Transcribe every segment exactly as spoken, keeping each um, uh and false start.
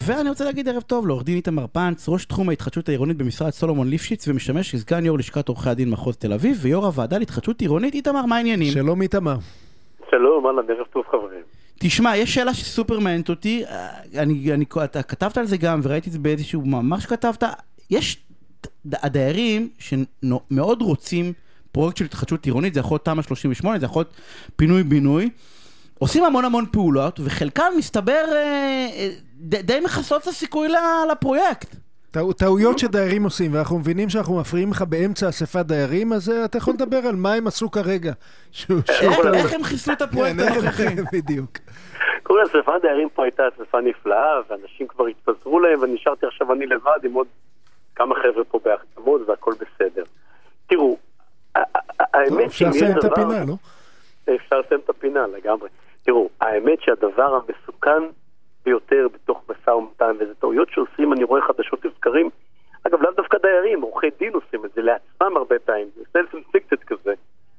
ואני רוצה להגיד ערב טוב לעורך דין איתמר פנץ, ראש תחום ההתחדשות העירונית במשרד סולומון ליפשיץ, ומשמש כסגן יו"ר לשכת עורכי הדין מחוז תל אביב, ויו"ר הוועדה להתחדשות עירונית. איתמר, מה העניינים? שלום איתמר. שלום, אהלן, ערב טוב חברים. תשמע, יש שאלה שסופר מעניינת אותי, אני, אני, אתה כתבת על זה גם, וראיתי את זה באיזשהו מאמר שכתבת, יש הדיירים שמאוד רוצים פרויקט של התחדשות עירונית, זה יכול להיות תמ"א שלושים ושמונה, זה יכול להיות פינוי-בינוי, עושים המון המון פעולות, וחלקם מסתבר די, די מחסות את הסיכוי לפרויקט. טעויות שדיירים עושים, ואנחנו מבינים שאנחנו מפריעים לך באמצע אספת דיירים, אז אתה יכול לדבר על מה הם עשו כרגע. איך הם חיסלו את הפרויקט הנוכחי? בדיוק. קוראים, אספת דיירים פה הייתה אספה נפלאה, ואנשים כבר התפזרו להם, ונשארתי עכשיו אני לבד עם עוד כמה חבר'ה פה בהחתמות, והכל בסדר. תראו, האמת אפשר לסיים את הפינה, לא? אפשר לסיים את הפינה, לגמרי. תראו, האמת שהדבר המסוכן ביותר בתוך מסע ומתן, וזה טעויות שעושים, אני רואה חדשות וסקרים, אגב, לאו דווקא דיירים, עורכי דין עושים את זה לעצמם הרבה פעמים, זה סלף-אינפיקטד כזה.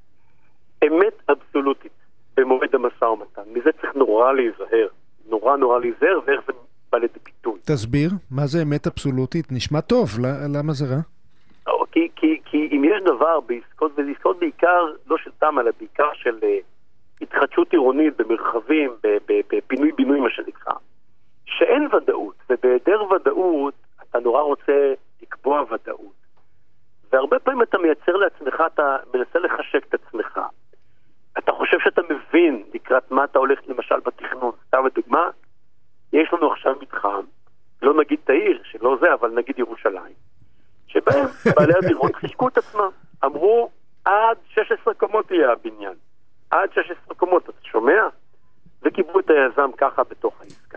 אמת אבסולוטית במועד המסע ומתן, מזה צריך נורא להיזהר, נורא נורא להיזהר, ואיך זה בא לידי ביטוי. תסביר, מה זה אמת אבסולוטית? נשמע טוב, למה זה רע? כי, כי, כי אם יש דבר בעסקות, ובעסקות בעיקר, לא של תמ"א, אלא בעיקר של uh, התחדשות עירונית במרחבים, בפינוי-בינוי מה שנקרא, שאין ודאות, ובהיעדר ודאות אתה נורא רוצה לקבוע ודאות. והרבה פעמים אתה מייצר לעצמך, אתה מנסה לחשק את עצמך. אתה חושב שאתה מבין לקראת מה אתה הולך למשל בתכנון. סתם לדוגמה, יש לנו עכשיו מתחם, לא נגיד תאיר, שלא זה, אבל נגיד ירושלים, שבהם בעלי הדירות חשקו את עצמם. אמרו, עד שש עשרה קומות יהיה הבניין. עד שש עשרה קומות, אתה שומע? וקיבלו את היזם ככה בתוך העסקה.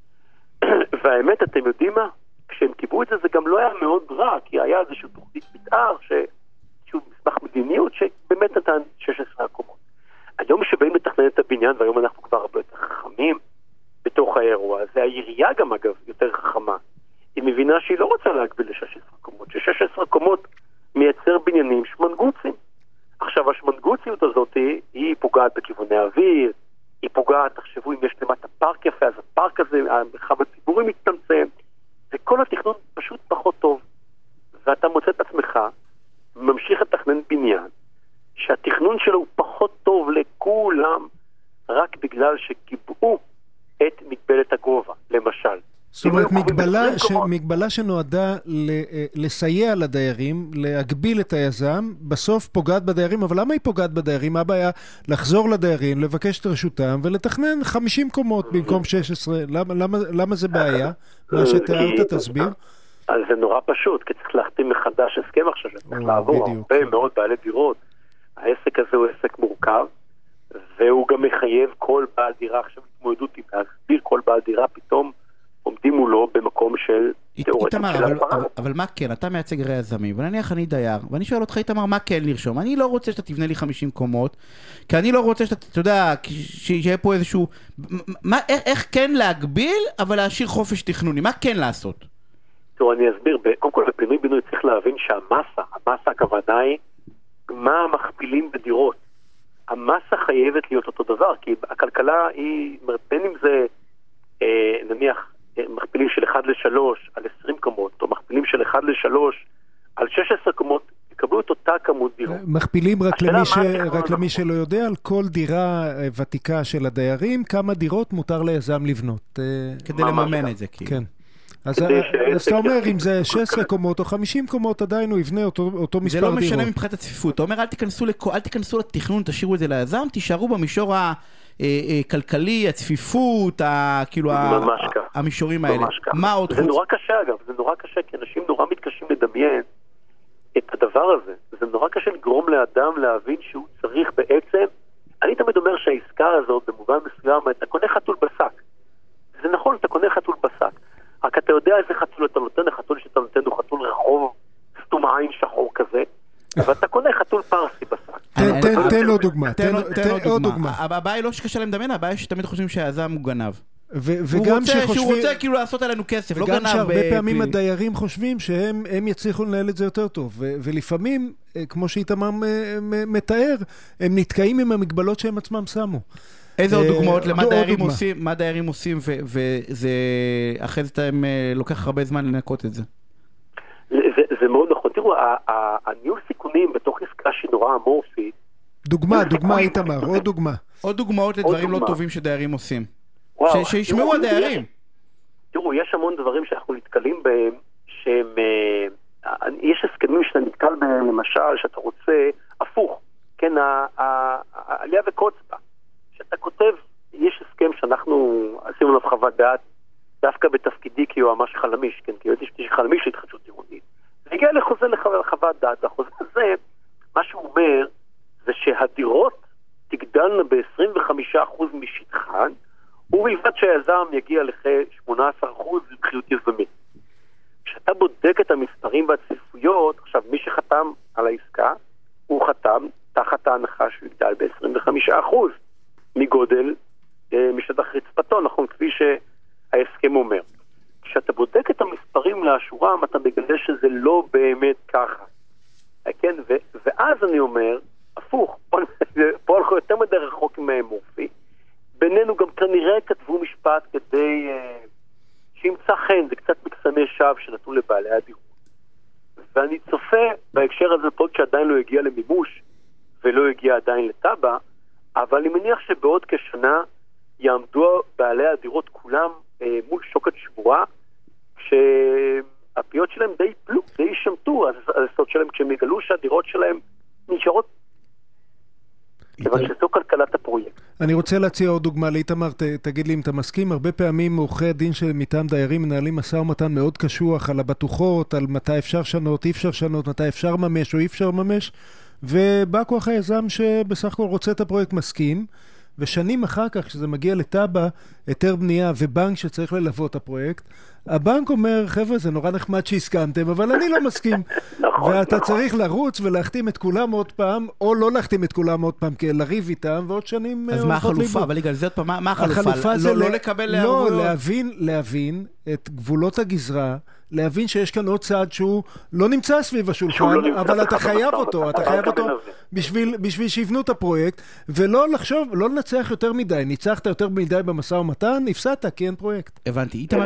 והאמת, אתם יודעים מה? כשהם קיבלו את זה, זה גם לא היה מאוד רע, כי היה איזשהו תוכנית מתאר, שהוא מסמך מדיניות, שבאמת נתן שש עשרה קומות. היום שבאים לתכנן את הבניין, והיום אנחנו כבר הרבה יותר חכמים בתוך האירוע, זה העירייה גם אגב יותר חכמה. היא מבינה שהיא לא רוצה להגביל ל-שש עשרה קומות, ש-שש עשרה קומות מייצר בניינים שמנגוצים. עכשיו, השמנגוציות הזאת היא, היא פוגעת בכיווני האוויר, היא פוגעת, תחשבו אם יש למטה פארק יפה, אז הפארק הזה, המרחב הציבורי מצטמצם, וכל התכנון פשוט פחות טוב. ואתה מוצא את עצמך, ממשיך לתכנן בניין, שהתכנון שלו הוא פחות טוב לכולם, רק בגלל שקיבעו את מגבלת הגובה, למשל. זאת אומרת, מגבלה, ש... מגבלה שנועדה ל... לסייע לדיירים, להגביל את היזם, בסוף פוגעת בדיירים, אבל למה היא פוגעת בדיירים? מה הבעיה? לחזור לדיירים, לבקש את רשותם, ולתכנן חמישים קומות במקום שש עשרה. למה, למה, למה זה בעיה? מה שתיארת, תסביר. אז זה נורא פשוט, כי צריך להחתים מחדש הסכם עכשיו, צריך לעבור הרבה מאוד בעלי דירות. העסק הזה הוא עסק מורכב, והוא גם מחייב כל בעל דירה, עכשיו התמודדות עם להסביר כל בעל דירה, פתאום עומדים מולו במקום של תיאורטית של הפרה. אבל, אבל מה כן? אתה מייצג הרי יזמים, ונניח אני דייר, ואני שואל אותך, איתמר, מה כן לרשום? אני לא רוצה שאתה תבנה לי חמישים קומות, כי אני לא רוצה שאתה, אתה יודע, שיהיה פה איזשהו... מה, איך, איך כן להגביל, אבל להשאיר חופש תכנוני? מה כן לעשות? תראו, אני אסביר. קודם כל, בפינוי בינוי צריך להבין שהמסה, המסה הכוונה היא, מה המכפילים בדירות. המסה חייבת להיות אותו דבר, כי הכלכלה היא, בין אם זה, אה, נניח, מכפילים של אחד לשלוש על עשרים קומות, או מכפילים של אחד לשלוש על שש עשרה קומות, יקבלו את אותה כמות דירות. מכפילים רק למי, ש... רק למי שלא יודע, על כל דירה ותיקה של הדיירים, כמה דירות מותר ליזם לבנות. כדי לממן את זה, כאילו. כן. אז אתה אומר, אם זה שש עשרה קומות או חמישים קומות, עדיין הוא יבנה אותו, אותו מספר דירות. זה לא משנה מבחינת הצפיפות. אתה אומר, אל תיכנסו, לכ... אל תיכנסו לתכנון, תשאירו את זה ליזם, תישארו במישור הכלכלי, הצפיפות, כאילו המישורים האלה. מה עוד חוץ? זה נורא קשה אגב, זה נורא קשה, כי אנשים נורא מתקשים לדמיין את הדבר הזה. זה נורא קשה לגרום לאדם להבין שהוא צריך בעצם, אני תמיד אומר שהעסקה הזאת, במובן מסוים, אתה קונה חתול בשק. זה נכון, אתה קונה חתול בשק. רק אתה יודע איזה חתול אתה נותן, החתול שאתה נותן הוא חתול רחוב, סתום עין שחור כזה, ואתה קונה חתול פרסי בשק. תן עוד דוגמה, תן עוד דוגמה. הבעיה היא לא שקשה להם דמיין, הבעיה היא שתמיד חושבים שהיזם הוא גנב. וגם שהוא רוצה כאילו לעשות עלינו כסף, לא גנב. וגם שהרבה פעמים הדיירים חושבים שהם יצליחו לנהל את זה יותר טוב, ולפעמים, כמו שאיתמר מתאר, הם נתקעים עם המגבלות שהם עצמם שמו. איזה עוד דוגמאות למה דיירים עושים, מה דיירים עושים, וזה, אחרי זה הם לוקח הרבה זמן לנקות את זה. זה מאוד נכון. תראו, הניהול סיכונים בתוך עסקה שהיא נורא אמורפית. דוגמה, דוגמה איתמר, עוד דוגמה. עוד דוגמאות לדברים לא טובים שדיירים עושים. שישמעו הדיירים. תראו, יש המון דברים שאנחנו נתקלים בהם, שהם, יש הסכמים שאתה נתקל בהם, למשל, שאתה רוצה, הפוך, כן, העלייה וקוצבה, שאתה כותב, יש הסכם שאנחנו עשינו עליו חוות דעת, דווקא בתפקידי כיועמ"ש חלמיש, כן, כי יש חלמיש להתחדשות עירונית. זה הגיע לחוזה לחוות דעת, והחוזה הזה, מה שהוא אומר, זה שהדירות תגדלנה ב-עשרים וחמישה אחוז משטחן, ובלבד שהיזם יגיע לכ-שמונה עשר אחוז בבחיות יזמית. כשאתה בודק את המספרים והצפיפויות, עכשיו מי שחתם על העסקה, הוא חתם תחת ההנחה שהוא יגדל ב-עשרים וחמישה אחוז מגודל אה, משטח רצפתו, נכון, כפי שההסכם אומר. כשאתה בודק את המספרים לאשורם, אתה מגלה שזה לא באמת ככה. כן, ו- ואז אני אומר, הפוך, פה, פה הלכו יותר מדי רחוק מהמורפי, בינינו גם כנראה כתבו משפט כדי uh, שימצא חן, זה קצת מקסמי שווא שנתנו לבעלי הדירות. ואני צופה בהקשר הזה פה שעדיין לא הגיע למימוש ולא הגיע עדיין לטאבה, אבל אני מניח שבעוד כשנה יעמדו בעלי הדירות כולם uh, מול שוקת שבורה, כשהפיות שלהם די פלו, די ישמטו, אז הסוד שלהם כשהם יגלו שהדירות שלהם נשארות כיוון שזו כלכלת הפרויקט. אני רוצה להציע עוד דוגמה לאיתמר, תגיד לי אם אתה מסכים, הרבה פעמים עורכי הדין שמטעם דיירים מנהלים משא ומתן מאוד קשוח על הבטוחות, על מתי אפשר שנות, אי אפשר שנות, מתי אפשר ממש או אי אפשר ממש, ובא כוח היזם שבסך הכל רוצה את הפרויקט מסכים, ושנים אחר כך, כשזה מגיע לטאבה, היתר בנייה ובנק שצריך ללוות את הפרויקט, הבנק אומר, חבר'ה, זה נורא נחמד שהסכמתם, אבל אני לא מסכים. ואתה צריך לרוץ ולהחתים את כולם עוד פעם, או לא להחתים את כולם עוד פעם, כי לריב איתם, ועוד שנים... אז מה החלופה? אבל יגאל, זה עוד פעם, מה החלופה? לא לקבל לערבויות? לא, להבין, להבין את גבולות הגזרה, להבין שיש כאן עוד צעד שהוא לא נמצא סביב השולחן, אבל אתה חייב אותו, אתה חייב אותו בשביל שיבנו את הפרויקט, ולא לחשוב, לא לנצח יותר מדי, ניצחת יותר מדי במשא ומתן, נפסדת, כי אין פרויקט. הבנתי. איתמר,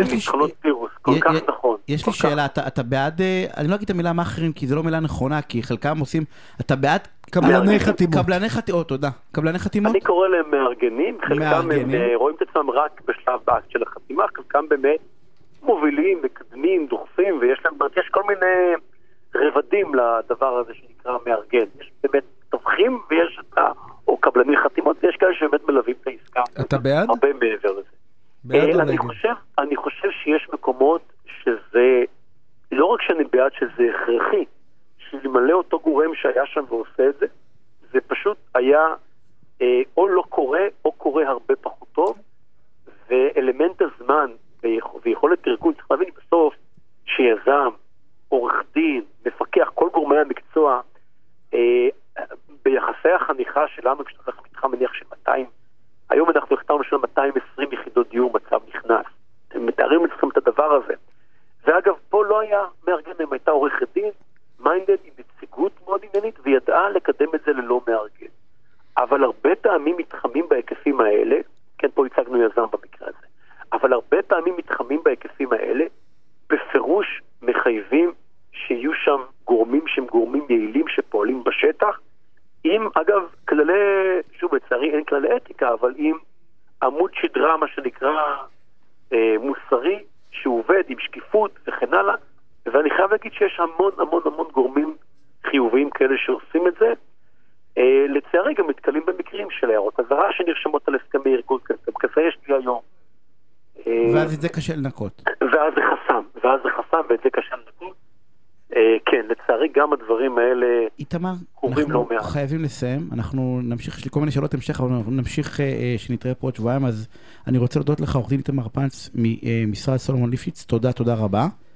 יש לי שאלה, אתה בעד, אני לא אגיד את המילה מאחרים, כי זה לא מילה נכונה, כי חלקם עושים, אתה בעד קבלני חתימות. קבלני חתימות, תודה. קבלני חתימות? אני קורא להם מארגנים, חלקם הם רואים את עצמם רק בשלב באקט של החתימה, חלקם באמת מובילים, מקדמים, דוחפים, ויש להם, יש כל מיני רבדים לדבר הזה שנקרא מארגן. יש באמת תומכים, ויש את ה... או קבלני חתימות, ויש כאלה שבאמת מלווים את העסקה. אתה בעד? הרבה מעבר לזה. בעד או אני חושב, אני חושב שיש מקומות שזה, לא רק שאני בעד שזה הכרחי, שלמלא אותו גורם שהיה שם ועושה את זה, זה פשוט היה אה, או לא קורה, או קורה הרבה פחות טוב, ואלמנט הזמן ויכולת ארגון, צריך להבין בסוף שיזם, עורך דין, מפקח, כל גורמי המקצוע, אה, ביחסי החניכה שלנו, כשאתה מתחם מניח של מאתיים, היום אנחנו הכתרנו של מאתיים ועשרים יחידות דיור מצב נכנס. אתם מתארים אצלכם את הדבר הזה. ואגב, פה לא היה מארגן, אם הייתה עורכת דין, מיינדד עם נציגות מאוד עניינית, וידעה לקדם את זה ללא מארגן. אבל הרבה פעמים מתחמים בהיקפים האלה, כן, פה הצגנו יזם במקרה הזה, אבל הרבה פעמים מתחמים בהיקפים האלה, בפירוש מחייבים שיהיו שם גורמים שהם גורמים יעילים שפועלים בשטח, עם, אגב, כללי, שוב, בצערי אין כללי אתיקה, אבל עם עמוד שדרה, מה שנקרא אה, מוסרי, שעובד עם שקיפות וכן הלאה, ואני חייב להגיד שיש המון המון המון גורמים חיוביים כאלה שעושים את זה. אה, לצערי גם מתקלים במקרים של הערות אזהרה שנרשמות על הסכמי ארגון, כזה יש לי היום. אה, ואז את זה קשה לנקות. ואז זה חסם, ואז זה חסם ואת זה קשה לנקות. אה, כן, לצערי גם הדברים האלה איתמר, קורים לא מעט. אנחנו חייבים לסיים, אנחנו נמשיך, יש לי כל מיני שאלות המשך, אבל אנחנו נמשיך אה, שנתראה פה עוד שבועיים, אז אני רוצה להודות לך, עורך דין איתמר פנץ ממשרד סולומון ליפשיץ, תודה, תודה רבה.